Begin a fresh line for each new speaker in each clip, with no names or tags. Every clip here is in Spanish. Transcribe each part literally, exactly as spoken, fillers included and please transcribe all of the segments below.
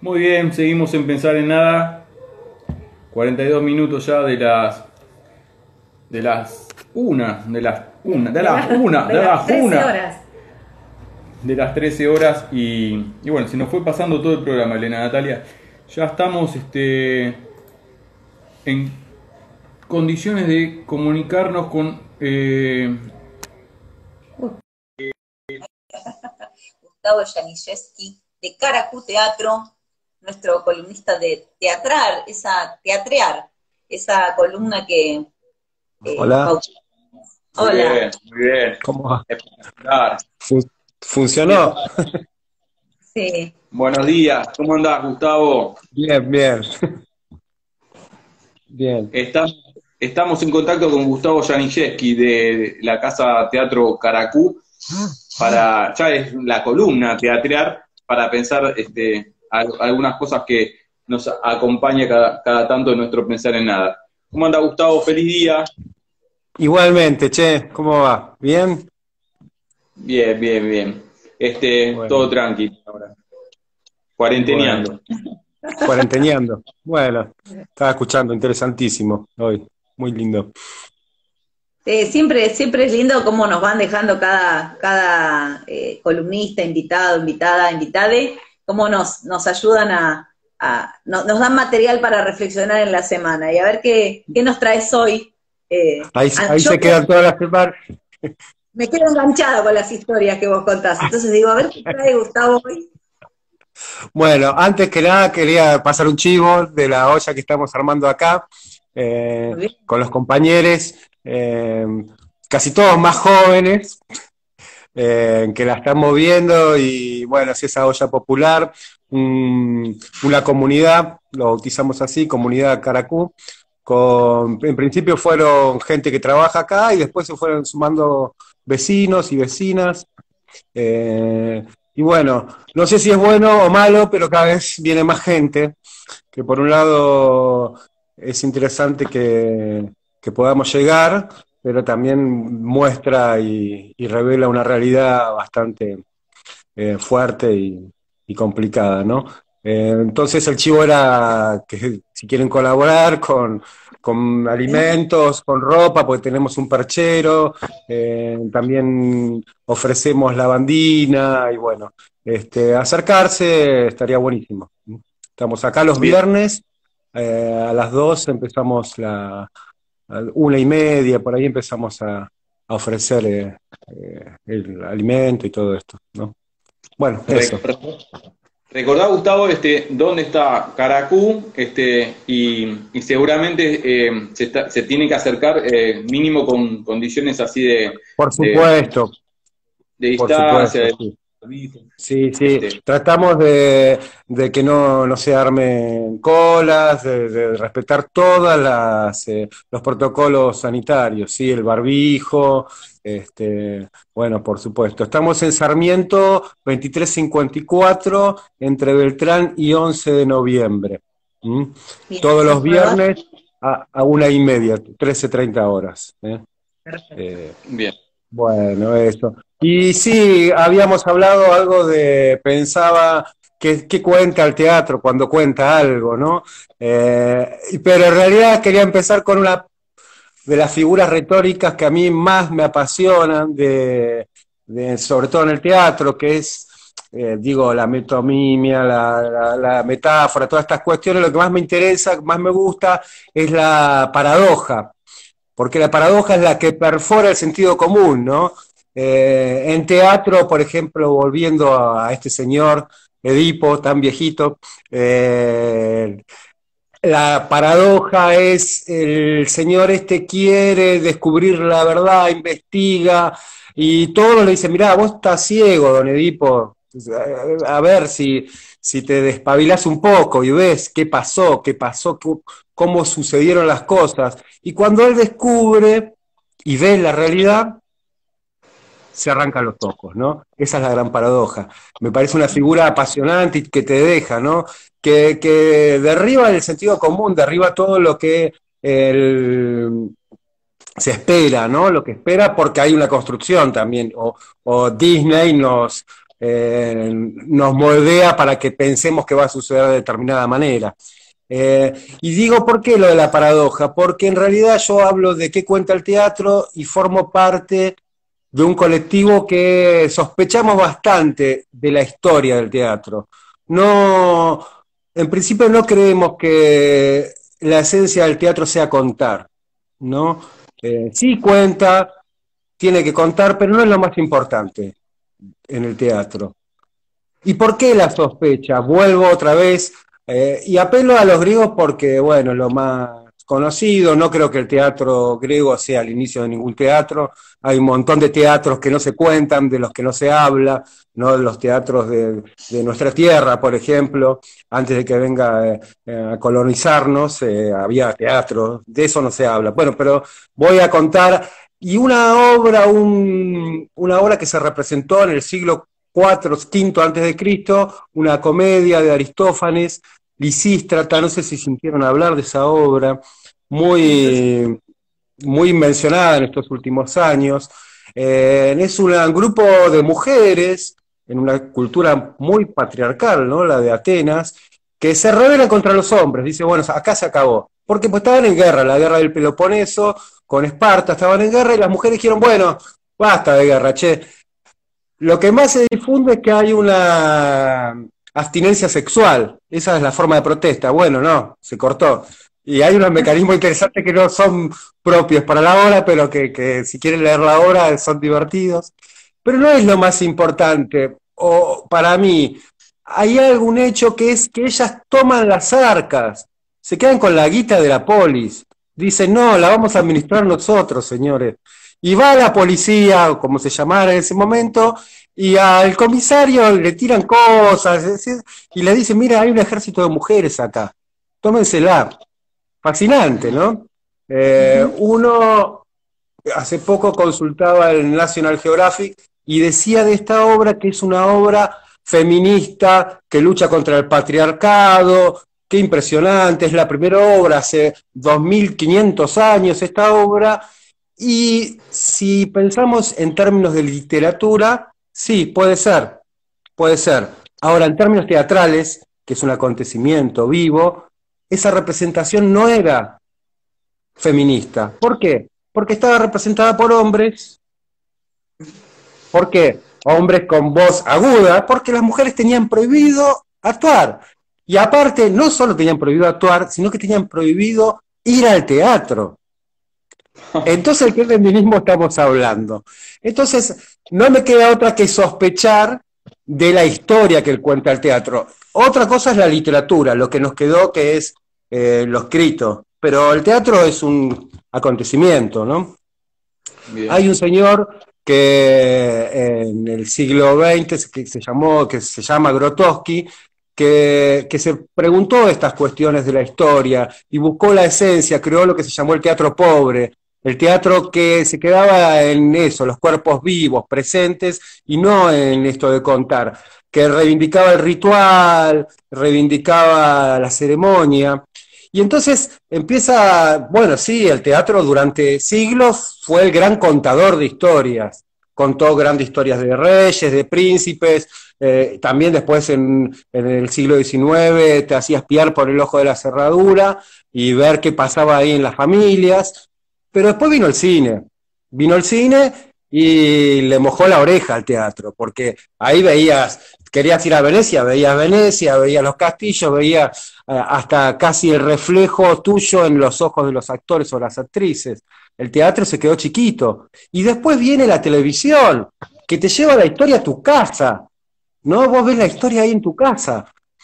Muy bien, seguimos en Pensar en Nada. cuarenta y dos minutos ya de las de las una, de las una, de las una, de,
de las
las
trece
una,
horas.
de las trece horas y, y bueno, se nos fue pasando todo el programa, Elena, Natalia. Ya estamos este en condiciones de comunicarnos con eh,
Gustavo Janiszewski de Caracú Teatro, nuestro columnista de teatrar, esa teatrear, esa columna que eh,
Hola.
Hola.
Muy bien, muy bien.
¿Cómo va?
Espectacular.
Fun ¿Funcionó?
Sí.
Buenos días, ¿cómo andás, Gustavo?
Bien, bien. Bien.
Estamos, estamos en contacto con Gustavo Janiszewski de la Casa Teatro Caracú, para, ya es la columna teatrear, para pensar este, algunas cosas que nos acompaña cada, cada tanto en nuestro Pensar en Nada. ¿Cómo anda, Gustavo? Feliz día.
Igualmente, che, ¿cómo va? ¿Bien?
Bien, bien, bien. Este,
Bueno.
todo tranquilo ahora. Cuarenteneando.
Bueno. Cuarenteneando. Bueno, estaba escuchando, interesantísimo hoy. Muy lindo.
Eh, siempre, siempre es lindo cómo nos van dejando cada, cada eh, columnista, invitado, invitada, invitade, cómo nos, nos ayudan a, a no, nos dan material para reflexionar en la semana. Y a ver qué, qué nos traes hoy. Eh,
Ahí, ahí
yo
se quedan todas las semanas.
me quedo enganchada con las historias que vos contás. Entonces digo, a ver qué trae Gustavo hoy.
Bueno, antes que nada quería pasar un chivo de la olla que estamos armando acá, eh, con los compañeros, eh, casi todos más jóvenes, eh, que la están moviendo y bueno, es esa olla popular, um, una comunidad, lo bautizamos así, Comunidad Caracú, con, en principio fueron gente que trabaja acá y después se fueron sumando vecinos y vecinas. Eh, y bueno, no sé si es bueno o malo, pero cada vez viene más gente, que por un lado es interesante que, que podamos llegar, pero también muestra y, y revela una realidad bastante eh, fuerte y, y complicada, ¿no? Eh, entonces el chivo era que si quieren colaborar con, con alimentos, con ropa, porque tenemos un perchero, eh, también ofrecemos lavandina y bueno, este, acercarse estaría buenísimo. Estamos acá los
Bien.
viernes, eh, a las dos empezamos la, a una y media, por ahí empezamos a, a ofrecer eh, eh, el alimento y todo esto, ¿no? Bueno, eso.
Recordá, Gustavo, este, dónde está Caracú, este, y, y seguramente eh, se, está, se tiene que acercar eh, mínimo con condiciones así de...
Por supuesto.
De, de
por
distancia.
Supuesto, sí. Sí, sí, este. Tratamos de, de que no, no se armen colas, de, de respetar todas las eh, los protocolos sanitarios, sí, el barbijo, este, bueno, por supuesto. Estamos en Sarmiento veintitrés cincuenta y cuatro, entre Beltrán y once de noviembre. ¿Mm? Todos los viernes a, a una y media, trece treinta horas. ¿eh? Eh,
Bien.
Bueno, eso. Y sí, habíamos hablado algo de, pensaba, ¿qué, qué cuenta el teatro cuando cuenta algo, ¿no? Eh, pero en realidad quería empezar con una de las figuras retóricas que a mí más me apasionan, de, de, sobre todo en el teatro, que es, eh, digo, la metonimia, la, la, la metáfora, todas estas cuestiones. Lo que más me interesa, más me gusta, es la paradoja. Porque la paradoja es la que perfora el sentido común, ¿no? Eh, en teatro, por ejemplo, volviendo a, a este señor Edipo, tan viejito, eh, la paradoja es el señor este quiere descubrir la verdad, investiga, y todos le dicen, mirá, vos estás ciego, don Edipo, a ver si, si te despabilás un poco y ves qué pasó, qué pasó, qué, cómo sucedieron las cosas. Y cuando él descubre y ve la realidad, se arrancan los ojos, ¿no? Esa es la gran paradoja. Me parece una figura apasionante y que te deja, ¿no? Que, que derriba el sentido común, derriba todo lo que el, se espera, ¿no? Lo que espera porque hay una construcción también, o, o Disney nos, eh, nos moldea para que pensemos que va a suceder de determinada manera. Eh, y digo, ¿por qué lo de la paradoja? Porque en realidad yo hablo de qué cuenta el teatro y formo parte de un colectivo que sospechamos bastante de la historia del teatro. No, en principio no creemos que la esencia del teatro sea contar, ¿no? Eh, sí cuenta, tiene que contar, pero no es lo más importante en el teatro. ¿Y por qué la sospecha? Vuelvo otra vez eh, y apelo a los griegos porque, bueno, lo más conocido, no creo que el teatro griego sea el inicio de ningún teatro, hay un montón de teatros que no se cuentan, de los que no se habla, ¿no? Los teatros de, de nuestra tierra, por ejemplo, antes de que venga eh, a colonizarnos, eh, había teatro, de eso no se habla. Bueno, pero voy a contar, y una obra, un, una obra que se representó en el siglo cuatro, quinto antes de Cristo, una comedia de Aristófanes, Lisístrata, no sé si sintieron hablar de esa obra, muy, muy mencionada en estos últimos años. Eh, es un grupo de mujeres, en una cultura muy patriarcal, ¿no? La de Atenas, que se rebelan contra los hombres, dice, bueno, acá se acabó, porque pues estaban en guerra, la guerra del Peloponeso, con Esparta estaban en guerra, y las mujeres dijeron, bueno, basta de guerra, che. Lo que más se difunde es que hay una abstinencia sexual, esa es la forma de protesta. Bueno, no, se cortó. Y hay unos mecanismos interesantes que no son propios para la obra, pero que, que si quieren leer la obra son divertidos. Pero no es lo más importante, o para mí, hay algún hecho que es que ellas toman las arcas, se quedan con la guita de la polis, dicen, no, la vamos a administrar nosotros, señores. Y va la policía, o como se llamara en ese momento, y al comisario le tiran cosas, y le dicen, mira, hay un ejército de mujeres acá, tómensela. Fascinante, ¿no? Eh, uno hace poco consultaba el National Geographic y decía de esta obra que es una obra feminista que lucha contra el patriarcado. Qué impresionante, es la primera obra, hace dos mil quinientos años esta obra. Y si pensamos en términos de literatura, sí, puede ser, puede ser. Ahora, en términos teatrales, que es un acontecimiento vivo, esa representación no era feminista. ¿Por qué? Porque estaba representada por hombres. ¿Por qué? Hombres con voz aguda, porque las mujeres tenían prohibido actuar. Y aparte, no solo tenían prohibido actuar, sino que tenían prohibido ir al teatro. Entonces, ¿de qué feminismo estamos hablando? Entonces, no me queda otra que sospechar de la historia que cuenta el teatro. Otra cosa es la literatura, lo que nos quedó que es eh, lo escrito, pero el teatro es un acontecimiento, ¿no? Bien. Hay un señor que en el siglo veinte que se llamó, que se llama Grotowski, que, que se preguntó estas cuestiones de la historia y buscó la esencia, creó lo que se llamó el teatro pobre, el teatro que se quedaba en eso, los cuerpos vivos, presentes, y no en esto de contar, que reivindicaba el ritual, reivindicaba la ceremonia. Y entonces empieza, bueno, sí, el teatro durante siglos fue el gran contador de historias, contó grandes historias de reyes, de príncipes, eh, también después en, en el siglo diecinueve te hacía espiar por el ojo de la cerradura y ver qué pasaba ahí en las familias, pero después vino el cine, vino el cine y le mojó la oreja al teatro, porque ahí veías, querías ir a Venecia, veías Venecia, veías los castillos, veías eh, hasta casi el reflejo tuyo en los ojos de los actores o las actrices. El teatro se quedó chiquito. Y después viene la televisión, que te lleva la historia a tu casa, ¿no? Vos ves la historia ahí en tu casa.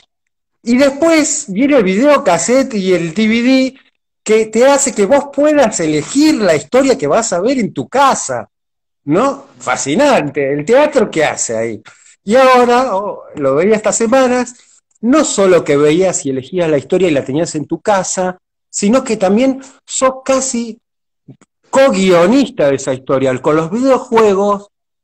Y después viene el videocassette y el D V D, que te hace que vos puedas elegir la historia que vas a ver en tu casa, ¿no? Fascinante. El teatro, ¿qué hace ahí? Y ahora, oh, lo veía estas semanas, no solo que veías y elegías la historia y la tenías en tu casa, sino que también sos casi co-guionista de esa historia. Con los videojuegos,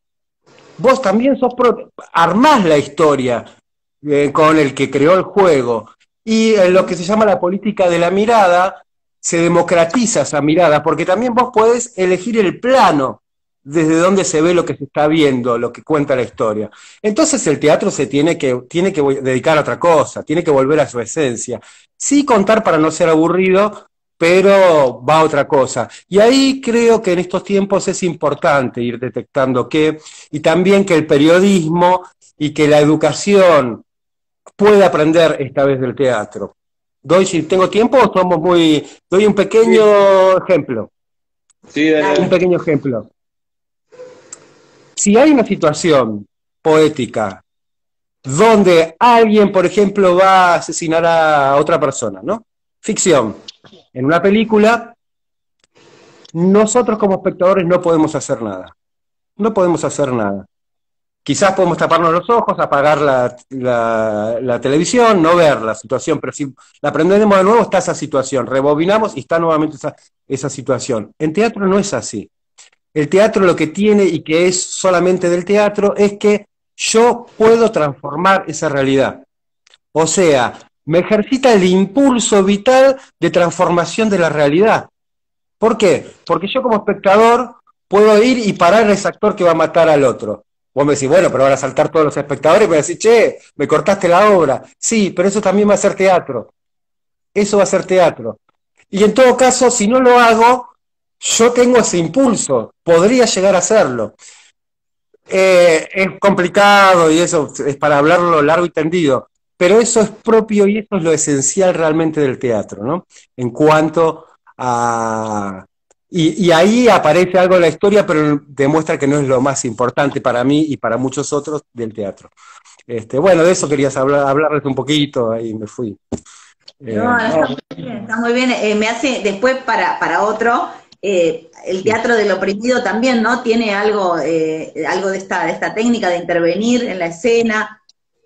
vos también sos pro- armás la historia eh, con el que creó el juego. Y en lo que se llama la política de la mirada, se democratiza esa mirada, porque también vos podés elegir el plano desde dónde se ve lo que se está viendo, lo que cuenta la historia. Entonces el teatro se tiene que, tiene que dedicar a otra cosa, tiene que volver a su esencia. Sí contar para no ser aburrido, pero va a otra cosa. Y ahí creo que en estos tiempos es importante ir detectando que, y también que el periodismo y que la educación puede aprender esta vez del teatro. Doy, si tengo tiempo, o somos muy... Doy un pequeño sí. ejemplo.
Sí, dale.
Un pequeño ejemplo. Si hay una situación poética donde alguien, por ejemplo, va a asesinar a otra persona, ¿no? Ficción. En una película, nosotros como espectadores no podemos hacer nada. No podemos hacer nada. Quizás podemos taparnos los ojos, apagar la, la, la televisión, no ver la situación, pero si la prendemos de nuevo está esa situación, rebobinamos y está nuevamente esa, esa situación. En teatro no es así. El teatro lo que tiene, y que es solamente del teatro, es que yo puedo transformar esa realidad. O sea, me ejercita el impulso vital de transformación de la realidad. ¿Por qué? Porque yo como espectador puedo ir y parar a ese actor que va a matar al otro. Vos me decís, bueno, pero van a saltar todos los espectadores y me decís, che, me cortaste la obra. Sí, pero eso también va a ser teatro. Eso va a ser teatro. Y en todo caso, si no lo hago, yo tengo ese impulso, podría llegar a hacerlo. Eh, es complicado y eso es para hablarlo largo y tendido, pero eso es propio y eso es lo esencial realmente del teatro, ¿no? En cuanto a... Y, y ahí aparece algo en la historia, pero demuestra que no es lo más importante para mí y para muchos otros del teatro. Este, bueno, de eso querías hablar, hablarles un poquito, ahí me fui.
Eh, no, está muy bien, está muy bien. Eh, me hace, después para, para otro, eh, el teatro del oprimido también, ¿no? Tiene algo, eh, algo de esta, de esta técnica de intervenir en la escena.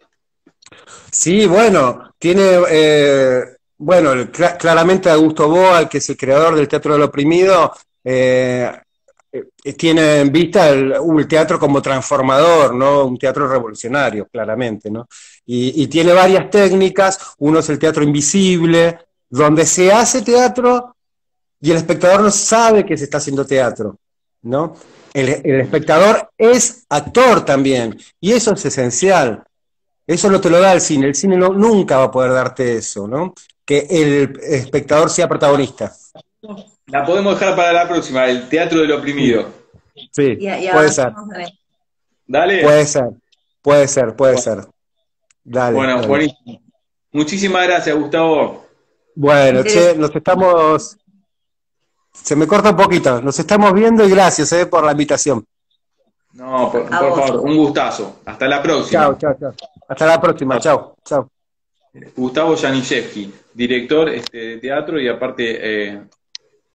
Sí, bueno, tiene... Eh, Bueno, cl claramente Augusto Boal, que es el creador del teatro del oprimido, eh, eh, tiene en vista el, el teatro como transformador, ¿no? Un teatro revolucionario, claramente, ¿no? Y, y tiene varias técnicas. Uno es el teatro invisible, donde se hace teatro y el espectador no sabe que se está haciendo teatro, ¿no? El, el espectador es actor también, y eso es esencial. Eso no te lo da el cine, el cine no, nunca va a poder darte eso, ¿no? Que el espectador sea protagonista.
La podemos dejar para la próxima, el teatro del oprimido.
Sí, y, y puede ser.
Dale.
Puede ser, puede ser, puede bueno. ser. Dale.
Bueno,
dale.
buenísimo. Muchísimas gracias, Gustavo.
Bueno, che, nos estamos... Se me corta un poquito, nos estamos viendo y gracias eh, por la invitación.
No, por, por favor, un gustazo. Hasta la próxima.
Chao, chao, chao. Hasta la próxima, chao, chao.
Gustavo Janiszewski, director este, de teatro y aparte eh,